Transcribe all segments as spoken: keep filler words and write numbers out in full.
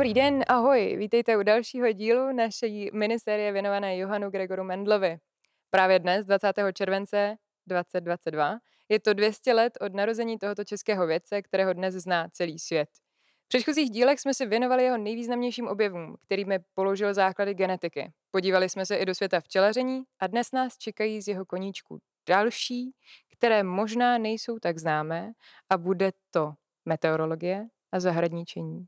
Dobrý den, ahoj, vítejte u dalšího dílu naší minisérie věnované Johannu Gregoru Mendlovi. Právě dnes, dvacátého července dvacet dvacet dva, je to dvě stě let od narození tohoto českého vědce, kterého dnes zná celý svět. V předchozích dílech jsme se věnovali jeho nejvýznamnějším objevům, kterými položil základy genetiky. Podívali jsme se i do světa včelaření a dnes nás čekají z jeho koníčků další, které možná nejsou tak známé, a bude to meteorologie a zahradničení.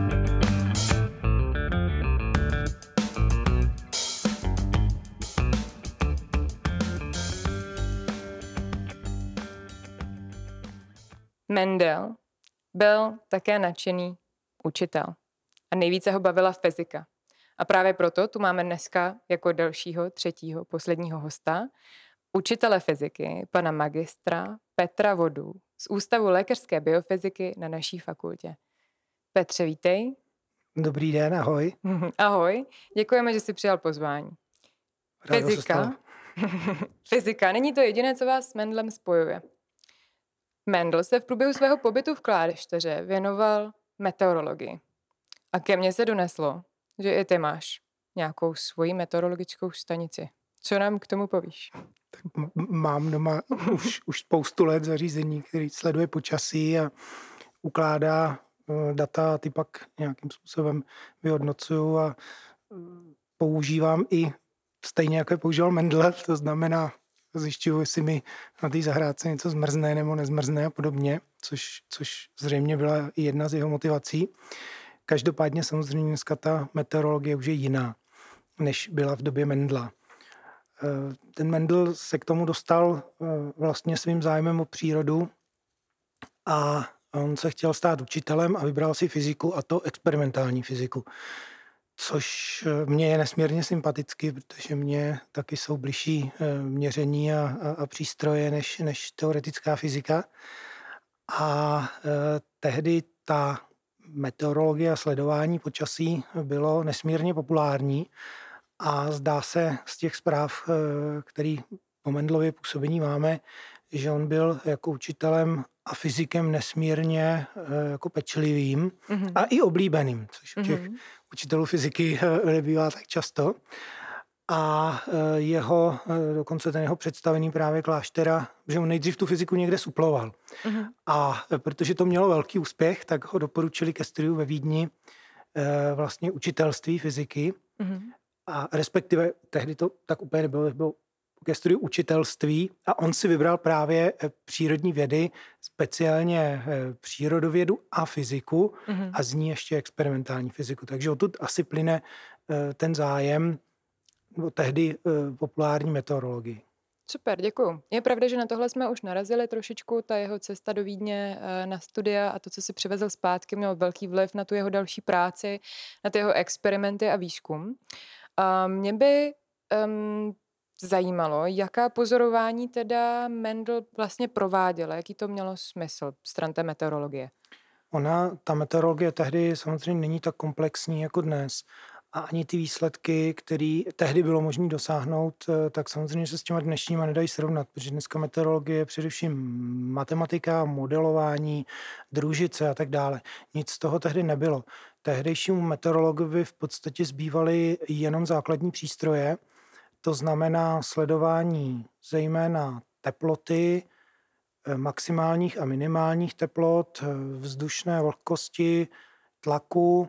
Mendel byl také nadšený učitel a nejvíce ho bavila fyzika. A právě proto tu máme dneska jako dalšího, třetího, posledního hosta, učitele fyziky, pana magistra Petra Vodu z Ústavu lékařské biofyziky na naší fakultě. Petře, vítej. Dobrý den, ahoj. Ahoj, děkujeme, že jsi přijal pozvání. Rádo Fyzika. Fyzika, není to jediné, co vás s Mendlem spojuje. Mendel se v průběhu svého pobytu v klášteře věnoval meteorologii. A ke mně se doneslo, že i ty máš nějakou svoji meteorologickou stanici. Co nám k tomu povíš? M- mám doma už, už spoustu let zařízení, který sleduje počasí a ukládá uh, data, ty pak nějakým způsobem vyhodnocuju a uh, používám i stejně, jako je používal Mendel, to znamená zjišťuju, jestli mi na té zahrádce něco zmrzne nebo nezmrzne a podobně, což, což zřejmě byla i jedna z jeho motivací. Každopádně samozřejmě dneska ta meteorologie už je jiná, než byla v době Mendla. Ten Mendel se k tomu dostal vlastně svým zájmem o přírodu a on se chtěl stát učitelem a vybral si fyziku, a to experimentální fyziku. Což mě je nesmírně sympatický, protože mě taky jsou bližší měření a, a, a přístroje než, než teoretická fyzika. A e, tehdy ta meteorologie a sledování počasí bylo nesmírně populární a zdá se z těch zpráv, e, který po Mendlově působení máme, že on byl jako učitelem a fyzikem nesmírně e, jako pečlivým mm-hmm. a i oblíbeným, což u těch mm-hmm. učitelů fyziky nebývá tak často. A jeho, dokonce ten jeho představený právě kláštera, že on nejdřív tu fyziku někde suploval. Uh-huh. A protože to mělo velký úspěch, tak ho doporučili ke studiu ve Vídni vlastně učitelství fyziky. Uh-huh. A respektive tehdy to tak úplně nebylo, bylo ke studiu učitelství a on si vybral právě přírodní vědy, speciálně přírodovědu a fyziku uh-huh. a z ní ještě experimentální fyziku. Takže odtud asi plyne ten zájem o tehdy uh, populární meteorologii. Super, děkuju. Je pravda, že na tohle jsme už narazili trošičku, ta jeho cesta do Vídně uh, na studia a to, co si přivezl zpátky, mělo velký vliv na tu jeho další práci, na ty jeho experimenty a výzkum. Uh, mě by um, zajímalo, jaká pozorování teda Mendel vlastně prováděl, jaký to mělo smysl stran té meteorologie. Ona, ta meteorologie tehdy samozřejmě není tak komplexní jako dnes. A ani ty výsledky, které tehdy bylo možné dosáhnout, tak samozřejmě se s těma dnešníma nedají srovnat, protože dneska meteorologie je především matematika, modelování, družice a tak dále. Nic z toho tehdy nebylo. Tehdejšímu meteorologovi v podstatě zbývaly jenom základní přístroje, to znamená sledování zejména teploty, maximálních a minimálních teplot, vzdušné vlhkosti, tlaku,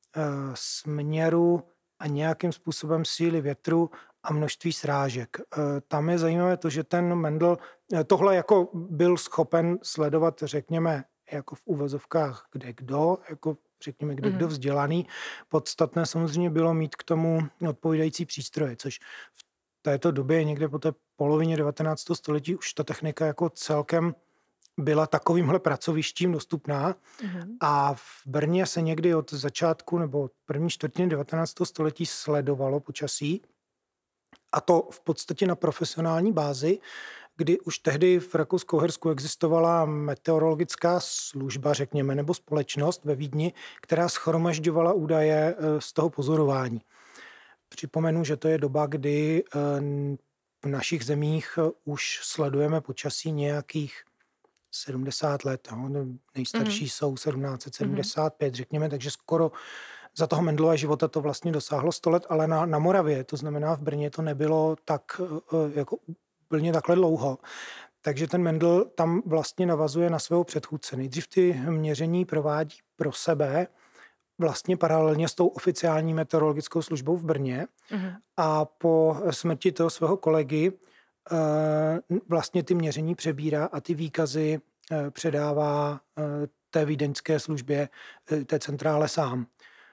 směru a nějakým způsobem síly větru a množství srážek. Tam je zajímavé to, že ten Mendel tohle jako byl schopen sledovat, řekněme, jako v uvozovkách kde kdo, jako řekněme, kde mm. kdo vzdělaný. Podstatné samozřejmě bylo mít k tomu odpovídající přístroje, což v této době někde po té polovině devatenáctého století už ta technika jako celkem byla takovýmhle pracovištím dostupná mm-hmm. a v Brně se někdy od začátku nebo od první čtvrtiny devatenáctého století sledovalo počasí a to v podstatě na profesionální bázi, kdy už tehdy v Rakousku-Uhersku existovala meteorologická služba, řekněme, nebo společnost ve Vídni, která shromažďovala údaje z toho pozorování. Připomenu, že to je doba, kdy v našich zemích už sledujeme počasí nějakých sedmdesát let, no, nejstarší mm. jsou sedmnáct set sedmdesát pět, mm. řekněme, takže skoro za toho Mendelova života to vlastně dosáhlo sto let, ale na, na Moravě, to znamená v Brně to nebylo tak jako úplně takhle dlouho. Takže ten Mendel tam vlastně navazuje na svého předchůdce. Nejdřív ty měření provádí pro sebe, vlastně paralelně s tou oficiální meteorologickou službou v Brně mm-hmm. a po smrti toho svého kolegy vlastně ty měření přebírá a ty výkazy předává té vídeňské službě, té centrále sám.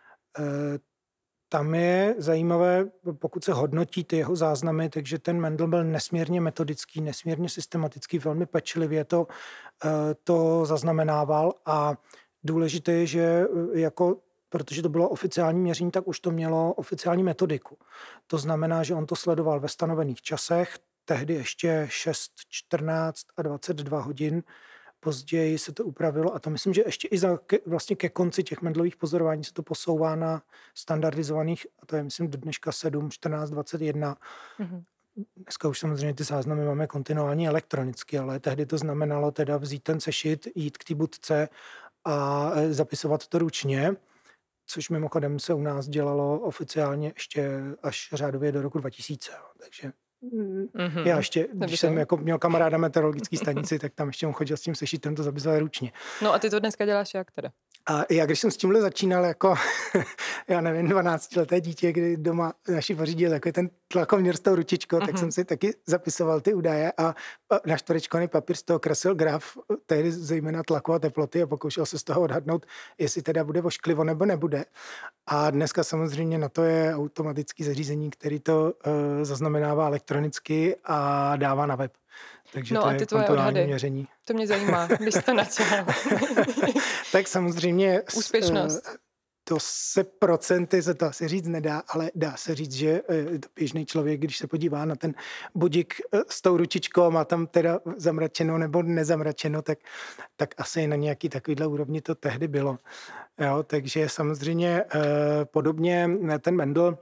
Tam je zajímavé, pokud se hodnotí ty jeho záznamy, takže ten Mendel byl nesmírně metodický, nesmírně systematický, velmi pečlivě to, to zaznamenával a důležité je, že jako, protože to bylo oficiální měření, tak už to mělo oficiální metodiku. To znamená, že on to sledoval ve stanovených časech, tehdy ještě šest, čtrnáct a dvacet dva hodin. Později se to upravilo a to myslím, že ještě i za, ke, vlastně ke konci těch Mendelových pozorování se to posouvá na standardizovaných, a to je myslím do dneška sedm, čtrnáct, dvacet jedna. Mm-hmm. Dneska už samozřejmě ty záznamy máme kontinuálně elektronicky, ale tehdy to znamenalo teda vzít ten sešit, jít k té budce a zapisovat to ručně, což mimochodem se u nás dělalo oficiálně ještě až řádově do roku dva tisíce. Takže mm-hmm. já ještě, když jsem jako měl kamaráda meteorologické stanici, tak tam ještě on chodil s tím sešitem, to zapisoval ručně. No a ty to dneska děláš jak teda? A já, když jsem s tímhle začínal jako, já nevím, dvanáctileté dítě, kdy doma naši pořídili jako ten tlakoměr s tou ručičkou, mm-hmm. tak jsem si taky zapisoval ty údaje a na čtverečkovaný papír z toho kreslil graf, tehdy zejména tlaku a teploty a pokoušel se z toho odhadnout, jestli teda bude ošklivo nebo nebude. A dneska samozřejmě na to je automatické zařízení, který to uh, zaznamenává elektronicky a dává na web. Takže no to a je ty tvoje odhady, měření. To mě zajímá, když jsi to načal. Tak samozřejmě úspěšnost. To se procenty se to asi říct nedá, ale dá se říct, že běžný člověk, když se podívá na ten budík s tou ručičkou, má tam teda zamračeno nebo nezamračeno, tak, tak asi na nějaký takovýhle úrovni to tehdy bylo. Jo, takže samozřejmě podobně ten Mendel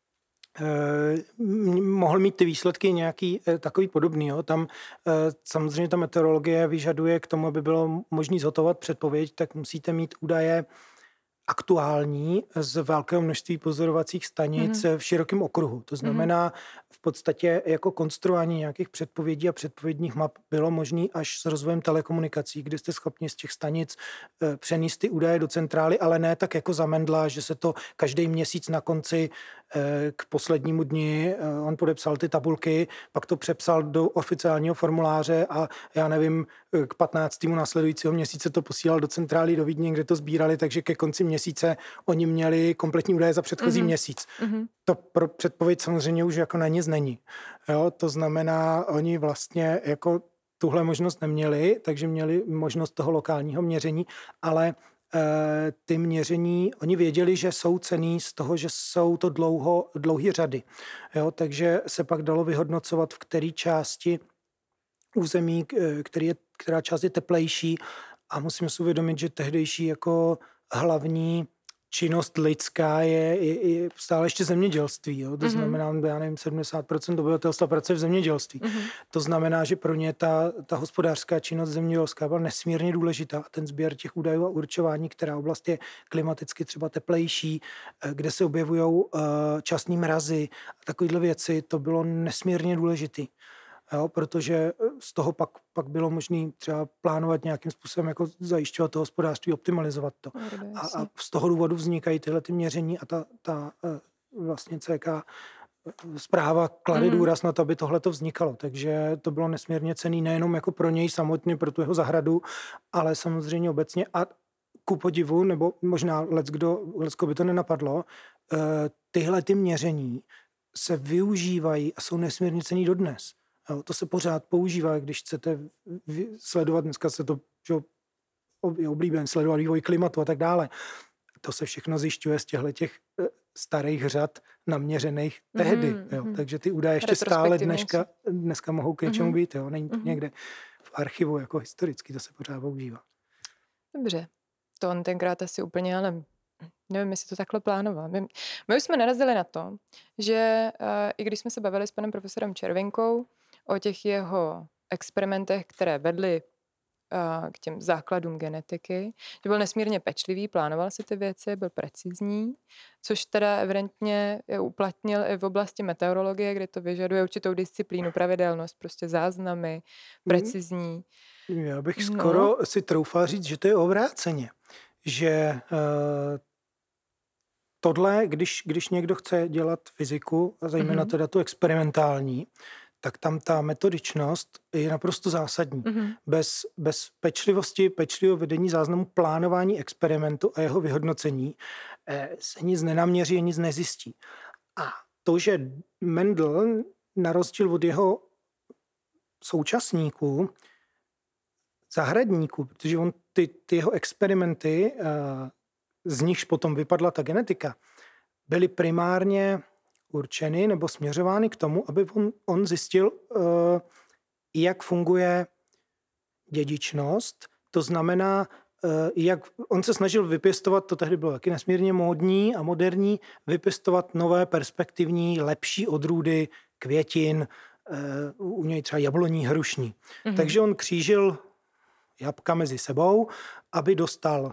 mohl mít ty výsledky nějaký takový podobný. Jo. Tam samozřejmě ta meteorologie vyžaduje k tomu, aby bylo možné zhotovat předpověď, tak musíte mít údaje aktuální z velkého množství pozorovacích stanic mm-hmm. v širokém okruhu. To znamená, v podstatě jako konstruování nějakých předpovědí a předpovědních map bylo možné až s rozvojem telekomunikací, kde jste schopni z těch stanic e, přenést ty údaje do centrály, ale ne tak jako za Mendla, že se to každý měsíc na konci e, k poslednímu dni e, on podepsal ty tabulky, pak to přepsal do oficiálního formuláře a já nevím, k patnáctému následujícího měsíce to posílal do centrály do Vídně, kde to sbírali, takže ke konci měsíce oni měli kompletní údaje za předchozí mm-hmm. měsíc. Mm-hmm. To pro předpověď samozřejmě už jako na nic není. Jo, to znamená, oni vlastně jako tuhle možnost neměli, takže měli možnost toho lokálního měření, ale e, ty měření, oni věděli, že jsou cenný z toho, že jsou to dlouho, dlouhé řady. Jo, takže se pak dalo vyhodnocovat, v které části území, který je, která část je teplejší a musíme si uvědomit, že tehdejší jako hlavní činnost lidská je, je, je stále ještě zemědělství. Jo? To mm-hmm. znamená, já nevím, sedmdesát procent obyvatelstva pracuje v zemědělství. Mm-hmm. To znamená, že pro ně ta, ta hospodářská činnost zemědělská byla nesmírně důležitá. A ten sběr těch údajů a určování, která oblast je klimaticky třeba teplejší, kde se objevují uh, časný mrazy a takovéhle věci, to bylo nesmírně důležité. Jo, protože z toho pak, pak bylo možné třeba plánovat nějakým způsobem, jako zajišťovat to hospodářství, optimalizovat to. A, a z toho důvodu vznikají tyhle ty měření a ta, ta vlastně C K zpráva klade mm. důraz na to, aby tohle to vznikalo. Takže to bylo nesmírně cenný nejenom jako pro něj samotně, pro tu jeho zahradu, ale samozřejmě obecně a ku podivu, nebo možná leckdo, lecko by to nenapadlo, tyhle ty měření se využívají a jsou nesmírně cenný dodnes. Jo, to se pořád používá, když chcete sledovat, dneska se to že, je oblíben, sledovat vývoj klimatu a tak dále. To se všechno zjišťuje z těchto těch starých řad naměřených tehdy. Mm-hmm. Jo. Takže ty údaje ještě stále dneska, dneska mohou k něčemu mm-hmm. být. Jo. Není to mm-hmm. někde v archivu jako historicky, to se pořád používá. Dobře, to on tenkrát asi úplně, ale nevím, jestli to takhle plánoval. My, my už jsme narazili na to, že uh, i když jsme se bavili s panem profesorem Červinkou o těch jeho experimentech, které vedly k těm základům genetiky, že byl nesmírně pečlivý, plánoval si ty věci, byl precizní, což teda evidentně uplatnil i v oblasti meteorologie, kde to vyžaduje určitou disciplínu, pravidelnost, prostě záznamy, precizní. Já bych skoro no. si troufal říct, že to je obráceně. Že uh, tohle, když, když někdo chce dělat fyziku, a zejména mm-hmm. teda tu experimentální, tak tam ta metodičnost je naprosto zásadní. Mm-hmm. Bez, bez pečlivosti, pečlivého vedení záznamu, plánování experimentu a jeho vyhodnocení eh, se nic nenaměří a nic nezjistí. A to, že Mendel, na rozdíl od jeho současníků, zahradníků, protože on ty, ty jeho experimenty, eh, z nichž potom vypadla ta genetika, byly primárně určeny nebo směřovány k tomu, aby on, on zjistil, uh, jak funguje dědičnost. To znamená, uh, jak on se snažil vypěstovat, to tehdy bylo taky nesmírně módní a moderní, vypěstovat nové perspektivní, lepší odrůdy květin, uh, u něj třeba jabloní, hrušní. Mm-hmm. Takže on křížil jabka mezi sebou, aby dostal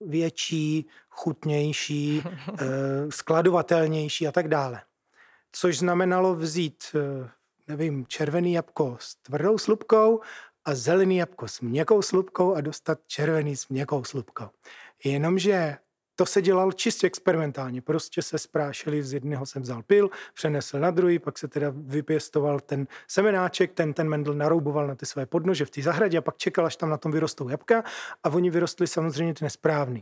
větší, chutnější, uh, skladovatelnější a tak dále. Což znamenalo vzít, nevím, červený jabko s tvrdou slupkou a zelený jabko s měkkou slupkou a dostat červený s měkkou slupkou. Jenomže to se dělalo čistě experimentálně. Prostě se sprášili, z jednoho jsem vzal pil, přenesl na druhý, pak se teda vypěstoval ten semenáček, ten, ten Mendel narouboval na ty své podnože v té zahradě a pak čekal, až tam na tom vyrostou jabka a oni vyrostli samozřejmě ty nesprávný.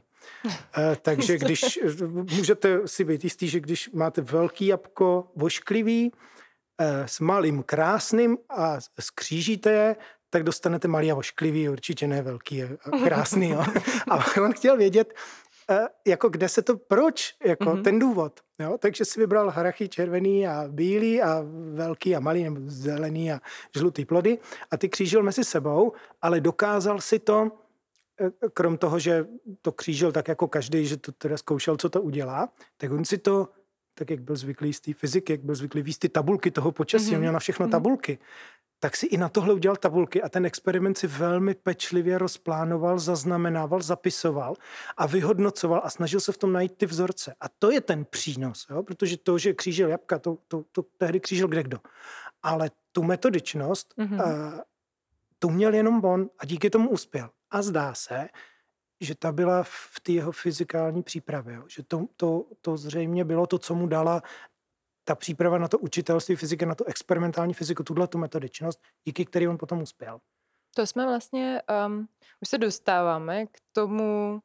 e, takže když, můžete si být jistý, že když máte velký jabko vošklivý, e, s malým krásným a skřížíte je, tak dostanete malý a vošklivý, určitě ne velký a krásný. Jo. A on chtěl vědět, jako kde se to, proč, jako mm-hmm. ten důvod. Jo? Takže si vybral harachy červený a bílý a velký a malý, nebo zelený a žlutý plody a ty křížil mezi sebou, ale dokázal si to, krom toho, že to křížil tak jako každý, že to teda zkoušel, co to udělá, tak on si to, tak jak byl zvyklý z té fyziky, jak byl zvyklý víc ty tabulky toho počasí, mm-hmm. on měl na všechno mm-hmm. tabulky, tak si i na tohle udělal tabulky a ten experiment si velmi pečlivě rozplánoval, zaznamenával, zapisoval a vyhodnocoval a snažil se v tom najít ty vzorce. A to je ten přínos, jo? Protože to, že křížil jabka, to, to, to tehdy křížil kdekdo. Ale tu metodičnost, mm-hmm. uh, tu měl jenom on a díky tomu uspěl. A zdá se, že ta byla v té jeho fyzikální přípravě. Jo? Že to, to, to zřejmě bylo to, co mu dala ta příprava na to učitelství fyziky, na tu experimentální fyziku, tuhle tu metodičnost, díky který on potom uspěl. To jsme vlastně, um, už se dostáváme k tomu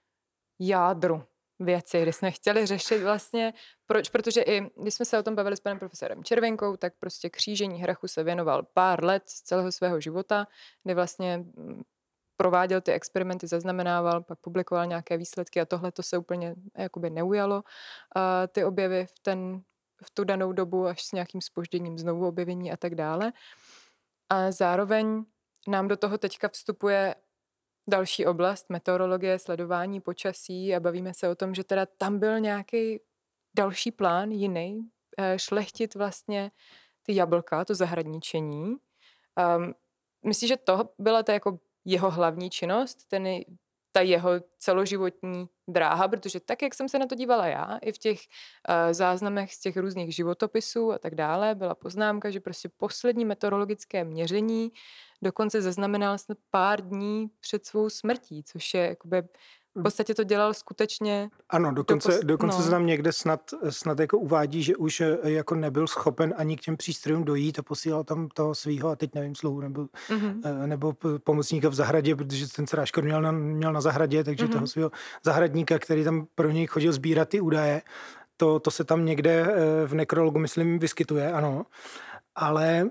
jádru věci, kdy jsme chtěli řešit vlastně, proč, protože i když jsme se o tom bavili s panem profesorem Červenkou, tak prostě křížení hrachu se věnoval pár let z celého svého života, kdy vlastně prováděl ty experimenty, zaznamenával, pak publikoval nějaké výsledky a tohle to se úplně jakoby neujalo. Uh, ty objevy v ten v tu danou dobu až s nějakým zpožděním znovu objevení a tak dále. A zároveň nám do toho teďka vstupuje další oblast, meteorologie, sledování počasí a bavíme se o tom, že teda tam byl nějaký další plán, jiný, šlechtit vlastně ty jablka, to zahradničení. Um, Myslím, že to byla ta jako jeho hlavní činnost, ten ta jeho celoživotní dráha, protože tak, jak jsem se na to dívala já, i v těch uh, záznamech z těch různých životopisů a tak dále, byla poznámka, že prostě poslední meteorologické měření dokonce zaznamenal snad pár dní před svou smrtí, což je jakoby v podstatě to dělal skutečně. Ano, dokonce, do pos... dokonce no. se tam někde snad, snad jako uvádí, že už jako nebyl schopen ani k těm přístrojům dojít a posílal tam toho svýho, a teď nevím, sluhu nebo, mm-hmm. nebo pomocníka v zahradě, protože ten Srážkor měl na, měl na zahradě, takže mm-hmm. toho svého zahradníka, který tam pro něj chodil sbírat ty údaje, to, to se tam někde v nekrologu, myslím, vyskytuje, ano. Ale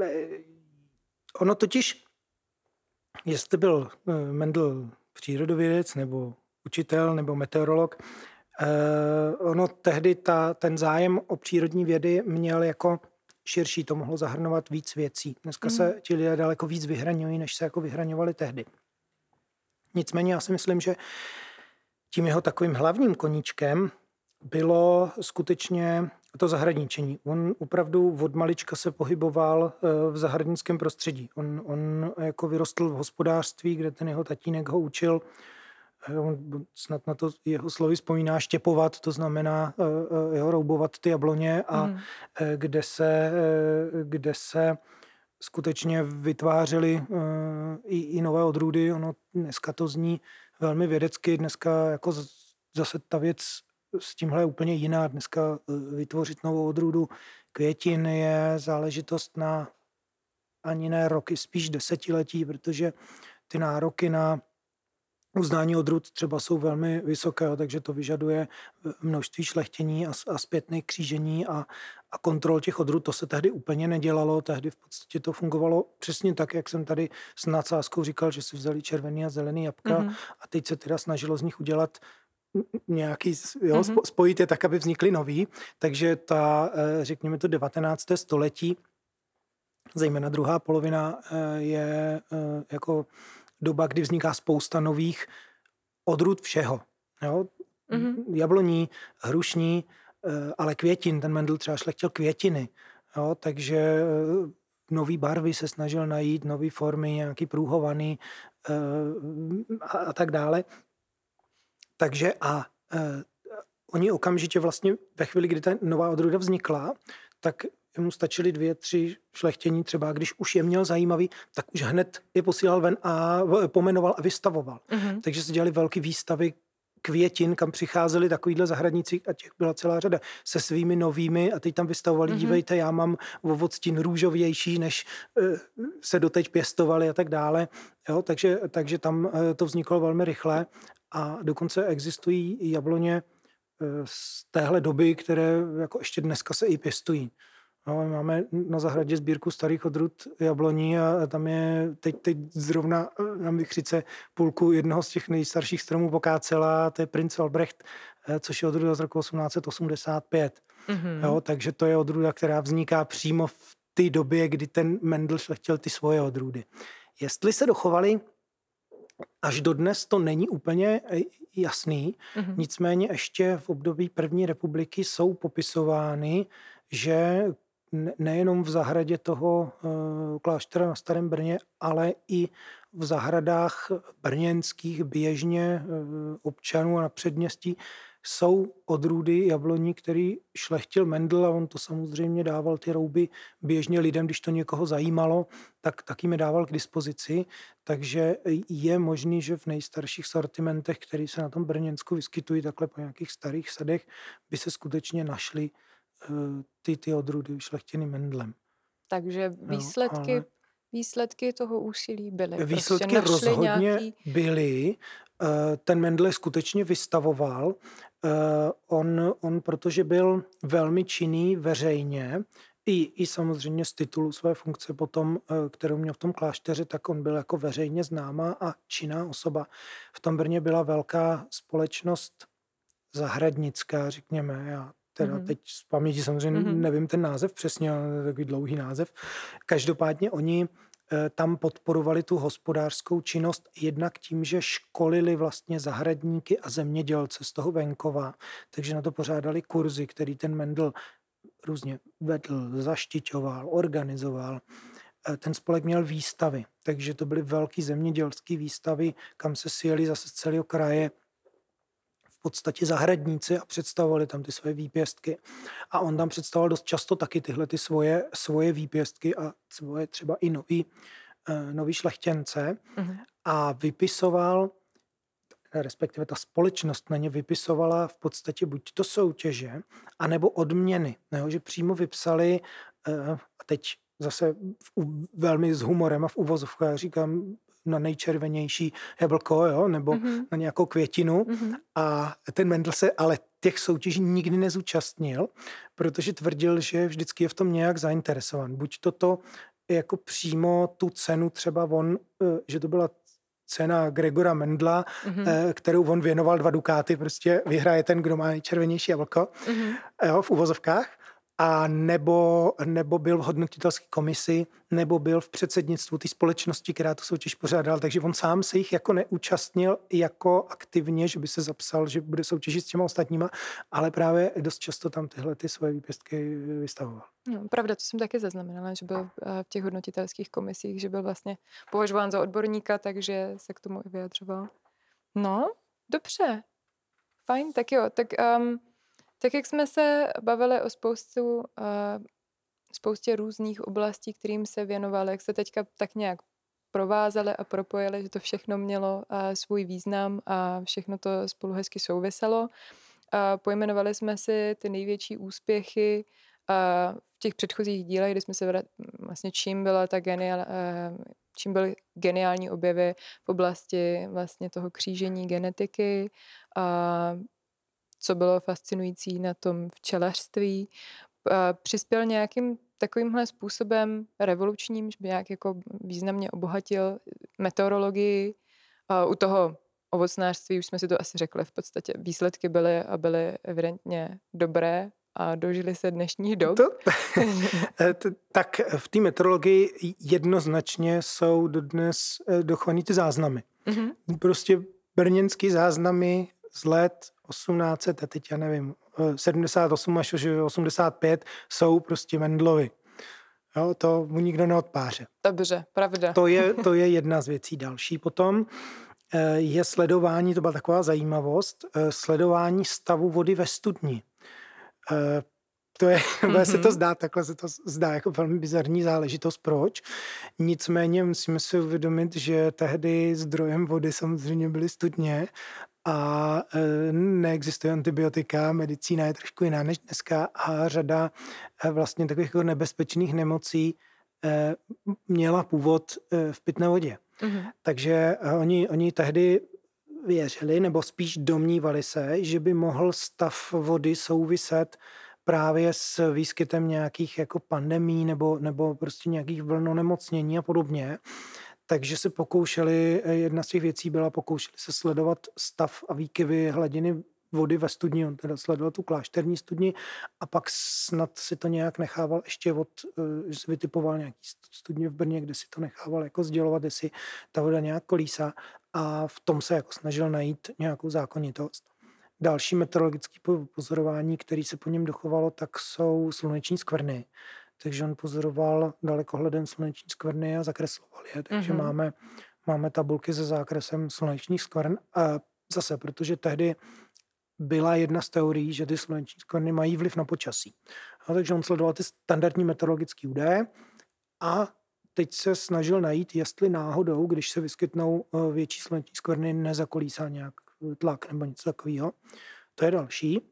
ono totiž, jestli byl Mendel přírodovědec nebo učitel nebo meteorolog, eh, ono tehdy ta, ten zájem o přírodní vědy měl jako širší, to mohlo zahrnovat víc věcí. Dneska mm. se ti lidé daleko víc vyhraňují, než se jako vyhraňovali tehdy. Nicméně já si myslím, že tím jeho takovým hlavním koníčkem bylo skutečně to zahradničení. On opravdu od malička se pohyboval v zahradnickém prostředí. On, on jako vyrostl v hospodářství, kde ten jeho tatínek ho učil, on snad na to jeho slovy vzpomíná, štěpovat, to znamená jeho roubovat ty jabloně a mm. kde se, kde se skutečně vytvářely i, i nové odrůdy. Ono dneska to zní velmi vědecky, dneska jako zase ta věc s tímhle je úplně jiná. Dneska vytvořit novou odrůdu květin je záležitost na ani ne roky, spíš desetiletí, protože ty nároky na uznání odrůd třeba jsou velmi vysoké, takže to vyžaduje množství šlechtění a, a zpětných křížení a, a kontrol těch odrůd. To se tehdy úplně nedělalo, tehdy v podstatě to fungovalo přesně tak, jak jsem tady s nadsázkou říkal, že si vzali červený a zelený jabka mm-hmm. a teď se teda snažilo z nich udělat nějaký, jo, mm-hmm. spojit je tak, aby vznikly nový. Takže ta, řekněme to devatenácté století, zejména druhá polovina, je jako doba, kdy vzniká spousta nových odrůd všeho. Jo? Mm-hmm. Jabloní, hrušní, ale květin. Ten Mendel třeba šlechtil květiny. Jo? Takže nový barvy se snažil najít, nový formy, nějaký průhovaný a, a tak dále. Takže a e, oni okamžitě vlastně ve chvíli, kdy ta nová odrůda vznikla, tak mu stačily dvě, tři šlechtění třeba, když už je měl zajímavý, tak už hned je posílal ven a pomenoval a vystavoval. Mm-hmm. Takže se dělali velké výstavy květin, kam přicházeli takovýhle zahradníci a těch byla celá řada se svými novými a teď tam vystavovali, mm-hmm. dívejte, já mám ovoctin růžovější, než uh, se doteď pěstovali a tak dále. Jo, takže, takže tam uh, to vzniklo velmi rychle a dokonce existují jabloně uh, z téhle doby, které jako ještě dneska se i pěstují. No, máme na zahradě sbírku starých odrůd jabloní a tam je teď, teď zrovna na Vichřice půlku jednoho z těch nejstarších stromů pokácela, to je Prinz Albrecht, což je odrůda z roku osmnáct set osmdesát pět. Mm-hmm. Jo, takže to je odrůda, která vzniká přímo v té době, kdy ten Mendel šlechtil ty svoje odrůdy. Jestli se dochovaly až dodnes, to není úplně jasný, mm-hmm. nicméně ještě v období první republiky jsou popisovány, že nejenom v zahradě toho kláštera na Starém Brně, ale i v zahradách brněnských běžně občanů a na předměstí jsou odrůdy jabloní, který šlechtil Mendel a on to samozřejmě dával ty rouby běžně lidem, když to někoho zajímalo, tak taky mi dával k dispozici. Takže je možný, že v nejstarších sortimentech, které se na tom Brněnsku vyskytují takhle po nějakých starých sadech, by se skutečně našly ty, ty odrůdy šlechtěny Mendelem. Takže výsledky, no, výsledky toho úsilí byly. Výsledky prostě rozhodně nějaký... byly. Ten Mendel skutečně vystavoval. On, on, protože byl velmi činný veřejně, i, i samozřejmě z titulu své funkce potom, kterou měl v tom klášteře, tak on byl jako veřejně známá a činná osoba. V tom Brně byla velká společnost zahradnická, řekněme, já teda mm-hmm. teď z paměti samozřejmě mm-hmm. nevím ten název přesně, ale to je takový dlouhý název. Každopádně oni e, tam podporovali tu hospodářskou činnost jednak tím, že školili vlastně zahradníky a zemědělce z toho venkova, takže na to pořádali kurzy, který ten Mendel různě vedl, zaštiťoval, organizoval. E, ten spolek měl výstavy, takže to byly velký zemědělské výstavy, kam se sjeli zase z celého kraje v podstatě zahradníci a představovali tam ty své výpěstky. A on tam představoval dost často taky tyhle ty svoje, svoje výpěstky a svoje třeba i nový, uh, nový šlechtěnce. Mm-hmm. A vypisoval, respektive ta společnost na ně vypisovala v podstatě buď to soutěže, anebo odměny. Ne, že přímo vypsali, uh, a teď zase v, velmi s humorem a v uvozovkách říkám, na nejčervenější jablko, jo, nebo mm-hmm. na nějakou květinu. Mm-hmm. A ten Mendel se ale těch soutěží nikdy nezúčastnil, protože tvrdil, že vždycky je v tom nějak zainteresovan. Buď toto jako přímo tu cenu třeba on, že to byla cena Gregora Mendla, mm-hmm. kterou on věnoval dva dukáty, prostě vyhraje ten, kdo má nejčervenější jablko, mm-hmm. jo, v uvozovkách. a nebo, nebo byl v hodnotitelské komisi, nebo byl v předsednictvu té společnosti, která tu soutěž pořádala, takže on sám se jich jako neúčastnil jako aktivně, že by se zapsal, že bude soutěžit s těma ostatníma, ale právě dost často tam tyhle ty svoje výpěstky vystavoval. No, pravda, to jsem taky zaznamenala, že byl v těch hodnotitelských komisích, že byl vlastně považován za odborníka, takže se k tomu i vyjadřoval. No, dobře. Fajn, tak jo. Tak, um, tak jak jsme se bavili o spoustu, uh, spoustě různých oblastí, kterým se věnovali, jak se teďka tak nějak provázeli a propojili, že to všechno mělo uh, svůj význam a všechno to spolu hezky souviselo. Uh, pojmenovali jsme si ty největší úspěchy uh, v těch předchozích dílech, kdy jsme se vrat, vlastně čím byla ta genial, uh, čím byly geniální objevy v oblasti vlastně toho křížení genetiky, a co bylo fascinující na tom včelařství. A přispěl nějakým takovýmhle způsobem revolučním, že by nějak jako významně obohatil meteorologii. A u toho ovocnářství už jsme si to asi řekli, v podstatě výsledky byly a byly evidentně dobré a dožili se dnešních dob. To, tak v té meteorologii jednoznačně jsou dodnes dochovaný ty záznamy. Mm-hmm. Prostě brněnský záznamy z let osmnáct set, a teď já nevím, sedmdesát osm až osmdesát pět jsou prostě Mendlovy. Jo, to mu nikdo neodpáře. Dobře, pravda. To je, to je jedna z věcí. Další potom je sledování, to byla taková zajímavost, sledování stavu vody ve studni. To je, mm-hmm. se to zdá, takhle se to zdá jako velmi bizarní záležitost. Proč? Nicméně musíme si uvědomit, že tehdy zdrojem vody samozřejmě byly studně a neexistuje antibiotika, medicína je trošku jiná než dneska a řada vlastně takových nebezpečných nemocí měla původ v pitné vodě. Mm-hmm. Takže oni, oni tehdy věřili, nebo spíš domnívali se, že by mohl stav vody souviset právě s výskytem nějakých jako pandemí nebo, nebo prostě nějakých vln onemocnění a podobně. Takže se pokoušeli, jedna z těch věcí byla, pokoušeli se sledovat stav a výkyvy hladiny vody ve studni, on teda sledoval tu klášterní studni a pak snad si to nějak nechával ještě od, že si vytipoval nějaký studně v Brně, kde si to nechával jako sdělovat, jestli ta voda nějak kolísá a v tom se jako snažil najít nějakou zákonitost. Další meteorologické pozorování, které se po něm dochovalo, tak jsou sluneční skvrny. Takže on pozoroval dalekohledem sluneční skvrny a zakresloval je. Takže mm-hmm. máme, máme tabulky se zákresem slunečních skvrn. A zase, protože tehdy byla jedna z teorií, že ty sluneční skvrny mají vliv na počasí. A takže on sledoval ty standardní meteorologické údaje a teď se snažil najít, jestli náhodou, když se vyskytnou větší sluneční skvrny, nezakolísá nějak tlak nebo něco takového. To je další.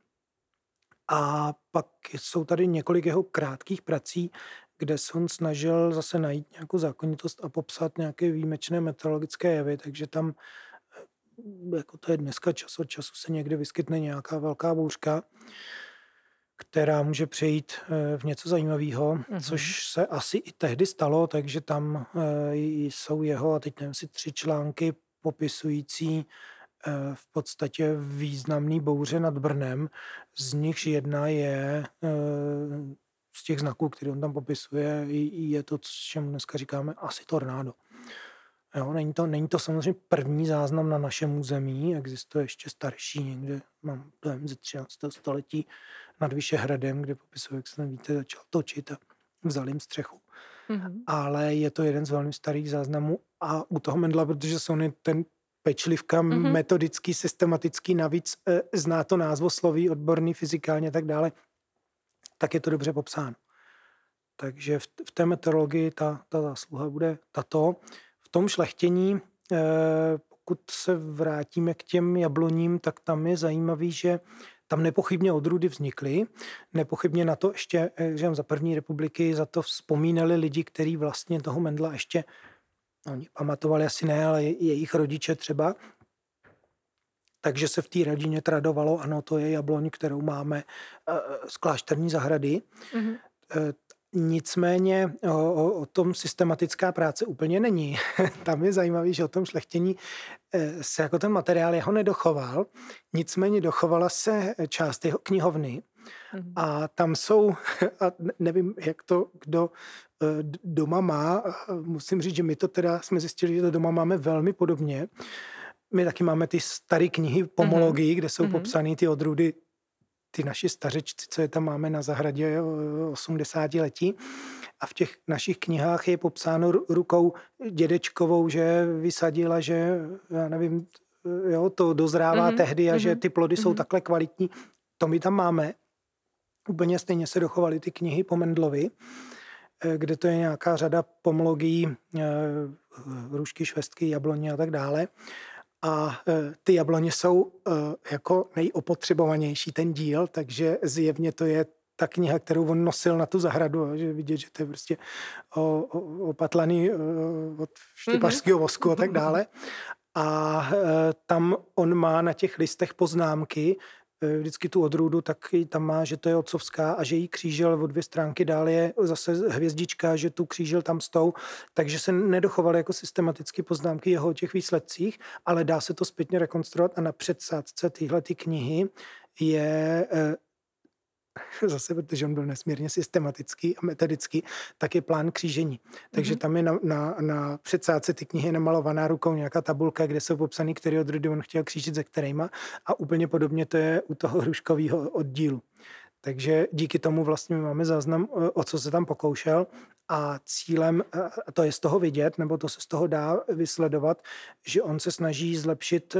A pak jsou tady několik jeho krátkých prací, kde se on snažil zase najít nějakou zákonitost a popsat nějaké výjimečné meteorologické jevy, takže tam, jako to je dneska, čas od času se někde vyskytne nějaká velká bouřka, která může přejít v něco zajímavého, mm-hmm. což se asi i tehdy stalo, takže tam jsou jeho, a teď nevím si, tři články popisující v podstatě významný bouře nad Brnem, z nichž jedna je z těch znaků, které on tam popisuje, je to, čemu dneska říkáme asi tornádo. Jo, není to, není to samozřejmě první záznam na našem území, existuje ještě starší, někde mám dojem ze třináctého století nad Vyšehradem, kde popisuje, jak se tam víte, začal točit a vzal jim střechu. Mm-hmm. Ale je to jeden z velmi starých záznamů a u toho Mendla, protože jsou ten pečlivka, mm-hmm. metodický, systematický, navíc e, zná to názvosloví, odborný, fyzikálně a tak dále, tak je to dobře popsáno. Takže v, v té meteorologii ta, ta zásluha bude tato. V tom šlechtění, e, pokud se vrátíme k těm jabloním, tak tam je zajímavý, že tam nepochybně odrůdy vznikly. Nepochybně na to ještě, že za první republiky za to vzpomínali lidi, kteří vlastně toho Mendla ještě oni pamatovali asi ne, ale jejich rodiče třeba. Takže se v té rodině tradovalo, ano, to je jabloň, kterou máme z klášterní zahrady. Mm-hmm. Nicméně o, o, o tom systematická práce úplně není. Tam je zajímavý, že o tom šlechtění se jako ten materiál jeho nedochoval, nicméně dochovala se část jeho knihovny mm. a tam jsou, a nevím, jak to kdo doma má, musím říct, že my to teda jsme zjistili, že to doma máme velmi podobně. My taky máme ty staré knihy pomologii, mm. kde jsou mm. popsané ty odrůdy, ty naši stařečci, co je tam máme na zahradě osmdesátiletí. A v těch našich knihách je popsáno rukou dědečkovou, že vysadila, že já nevím, jo, to dozrává mm-hmm. tehdy a mm-hmm. že ty plody mm-hmm. jsou takhle kvalitní. To my tam máme. Úplně stejně se dochovaly ty knihy po Mendlovi, kde to je nějaká řada pomologií, růžky, švestky, jabloně a tak dále. A ty jabloně jsou jako nejopotřebovanější ten díl, takže zjevně to je ta kniha, kterou on nosil na tu zahradu, že vidět, že to je prostě opatlaný od štěpařského vosku a tak dále. A tam on má na těch listech poznámky, vždycky tu odrůdu, tak tam má, že to je otcovská a že jí křížel o dvě stránky dál je zase hvězdička, že tu křížel tam s tou, takže se nedochovaly jako systematicky poznámky jeho o těch výsledcích, ale dá se to zpětně rekonstruovat a na předsádce téhle ty knihy je zase, protože on byl nesmírně systematický a metodický, tak je plán křížení. Takže mm-hmm. tam je na, na, na předsádce ty knihy namalovaná rukou nějaká tabulka, kde jsou popsaný, který odrůdy on chtěl křížit se kterýma a úplně podobně to je u toho hruškového oddílu. Takže díky tomu vlastně máme záznam, o co se tam pokoušel a cílem, to je z toho vidět, nebo to se z toho dá vysledovat, že on se snaží zlepšit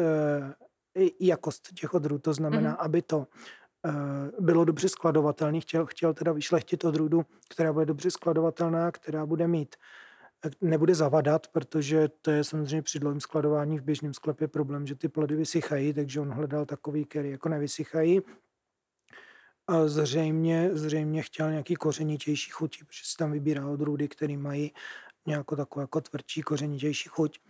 jakost těch odrůd, to znamená, mm-hmm. aby to bylo dobře skladovatelný, chtěl, chtěl teda vyšlechtit odrůdu, která bude dobře skladovatelná, která bude mít, nebude zavadat, protože to je samozřejmě při dlouhém skladování v běžném sklepě problém, že ty plody vysychají, takže on hledal takový, který jako nevysychají. A zřejmě, zřejmě chtěl nějaký kořenitější chuť, protože se tam vybírá odrůdy, které mají nějakou takovou jako tvrdší kořenitější chuť.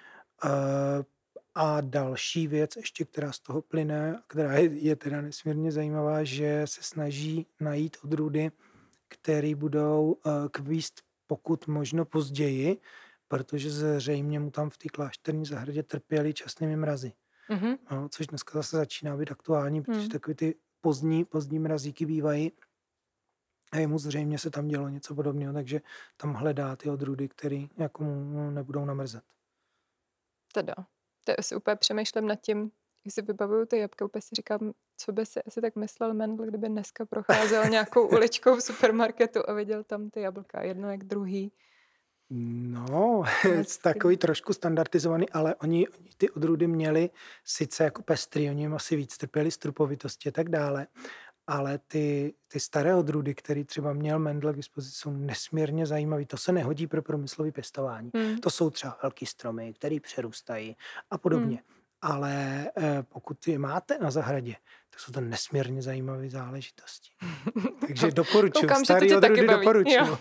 A další věc ještě, která z toho plyne, která je, je teda nesmírně zajímavá, že se snaží najít odrůdy, které budou uh, kvíst pokud možno později, protože zřejmě mu tam v té klášterní zahradě trpěli časnými mrazy. Mm-hmm. No, což dneska zase začíná být aktuální, protože mm. takové ty pozdní, pozdní mrazíky bývají a jemu zřejmě se tam dělo něco podobného, takže tam hledá ty odrůdy, které jako mu nebudou namrzet. Teda. To si úplně přemýšlím nad tím, jak si vybavuju ty jabka, úplně si říkám, co by si asi tak myslel Mendl, kdyby dneska procházel nějakou uličkou v supermarketu a viděl tam ty jablka, jedno jak druhý. No, takový trošku standardizovaný, ale oni, oni ty odrůdy měli sice jako pestrý, oni jim asi víc trpěli strupovitosti a tak dále, ale ty, ty staré odrůdy, které třeba měl Mendl k dispozici, jsou nesmírně zajímavý. To se nehodí pro průmyslové pěstování. Hmm. To jsou třeba velký stromy, které přerůstají a podobně. Hmm. Ale eh, pokud je máte na zahradě, tak jsou to nesmírně zajímavé záležitosti. Takže doporučuji. Koukám, starý odrůdy doporučuji.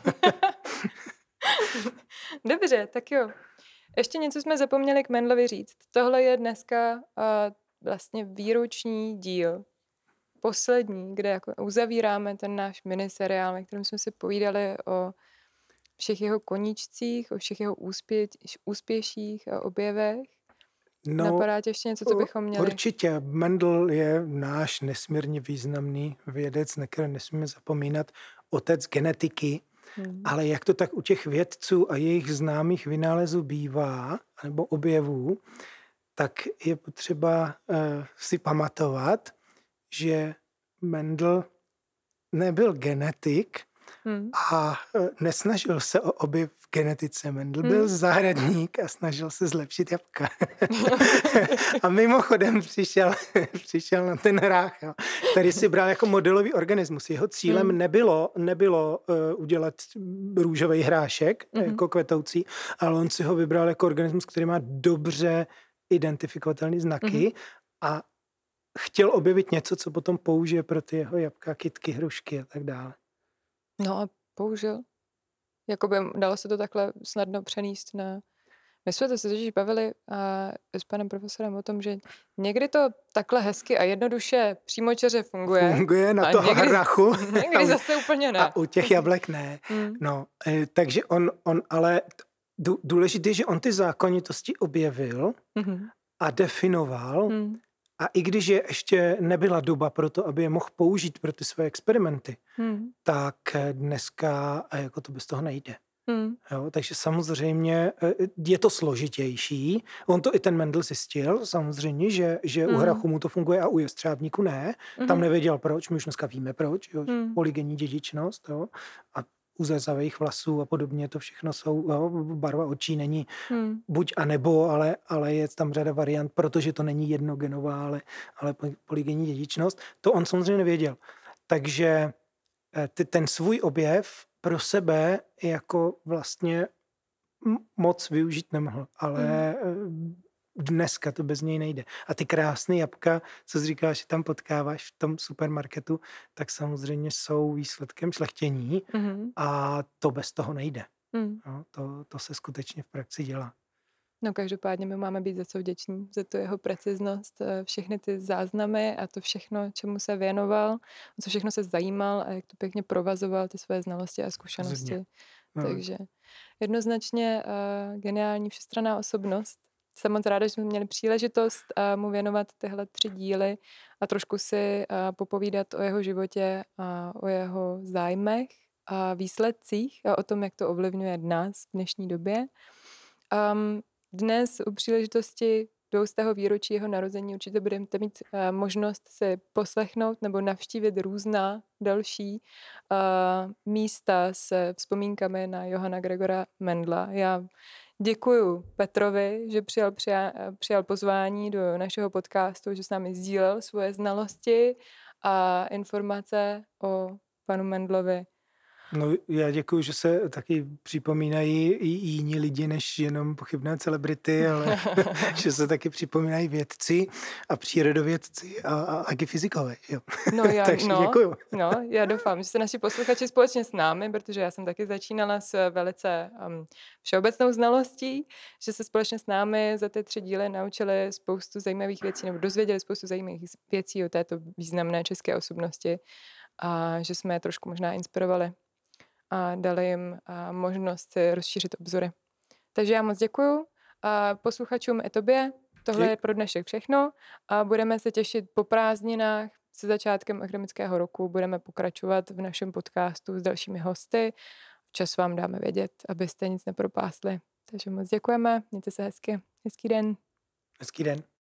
Dobře, tak jo. Ještě něco jsme zapomněli k Mendlovi říct. Tohle je dneska uh, vlastně výroční díl. Poslední, kde jako uzavíráme ten náš miniseriál, ve kterém jsme si povídali o všech jeho koníčcích, o všech jeho úspě- úspěších a objevech. No, napadá tě ještě něco, co bychom měli? Určitě. Mendl je náš nesmírně významný vědec, na který nesmíme zapomínat, otec genetiky, hmm. ale jak to tak u těch vědců a jejich známých vynálezů bývá, nebo objevů, tak je potřeba uh, si pamatovat, že Mendl nebyl genetik hmm. a nesnažil se o objev v genetice. Mendl hmm. byl zahradník a snažil se zlepšit jabka. A mimochodem přišel, přišel na ten hrách, který si bral jako modelový organismus. Jeho cílem hmm. nebylo, nebylo uh, udělat růžový hrášek, hmm. jako kvetoucí, ale on si ho vybral jako organismus, který má dobře identifikovatelné znaky hmm. a chtěl objevit něco, co potom použije pro ty jeho jabka, kytky, hrušky a tak dále. No a použil. Jakoby dalo se to takhle snadno přenést na My jsme to se totiž bavili a s panem profesorem o tom, že někdy to takhle hezky a jednoduše přímočaře funguje. Funguje na a toho někdy, hrachu. Někdy zase úplně ne. A u těch jablek ne. Hmm. No, takže on, on ale důležité, že on ty zákonitosti objevil mm-hmm. a definoval. Hmm. A i když je ještě nebyla doba pro to, aby je mohl použít pro ty své experimenty, hmm. tak dneska jako to bez toho nejde. Hmm. Jo, takže samozřejmě je to složitější. On to i ten Mendel zjistil, samozřejmě, že, že hmm. u hrachu mu to funguje a u jestřábníku ne. Hmm. Tam nevěděl proč, my už dneska víme proč. Jo, hmm. Polygenní dědičnost. Jo, a uzezavých vlasů a podobně, to všechno jsou, jo, barva očí není hmm. buď a nebo, ale, ale je tam řada variant, protože to není jednogenová, ale, ale polygenní dědičnost. To on samozřejmě nevěděl. Takže ty, ten svůj objev pro sebe jako vlastně moc využít nemohl, ale hmm. dneska to bez něj nejde. A ty krásné jabka, co jsi říkáš, že tam potkáváš v tom supermarketu, tak samozřejmě jsou výsledkem šlechtění mm-hmm. a to bez toho nejde. Mm. No, to, to se skutečně v praxi dělá. No každopádně my máme být za co vděční, za tu jeho preciznost, všechny ty záznamy a to všechno, čemu se věnoval, o co všechno se zajímal a jak to pěkně provazoval ty své znalosti a zkušenosti. No. Takže jednoznačně uh, geniální všestranná osobnost. Jsem moc ráda, že jsme měli příležitost uh, mu věnovat tyhle tři díly a trošku si uh, popovídat o jeho životě a o jeho zájmech a výsledcích a o tom, jak to ovlivňuje nás v dnešní době. Um, dnes u příležitosti dvoustého výročí jeho narození určitě budete mít uh, možnost si poslechnout nebo navštívit různá další uh, místa s vzpomínkami na Johanna Gregora Mendla. Já děkuju Petrovi, že přijal, přijal, přijal pozvání do našeho podcastu, že s námi sdílel svoje znalosti a informace o panu Mendlovi. No já děkuju, že se taky připomínají i jiní lidi než jenom pochybné celebrity, ale že se taky připomínají vědci a přírodovědci a, a taky fyzikové. Jo. No já, Takže no, děkuju. No, já doufám, že se naši posluchači společně s námi, protože já jsem taky začínala s velice um, všeobecnou znalostí, že se společně s námi za ty tři díly naučili spoustu zajímavých věcí nebo dozvěděli spoustu zajímavých věcí o této významné české osobnosti a že jsme je trošku možná inspirovali a dali jim a, možnost si rozšířit obzory. Takže já moc děkuju a posluchačům i tobě. Tohle je pro dnešek všechno a budeme se těšit po prázdninách se začátkem akademického roku. Budeme pokračovat v našem podcastu s dalšími hosty. Včas vám dáme vědět, abyste nic nepropásli. Takže moc děkujeme. Mějte se hezky. Hezký den. Hezký den.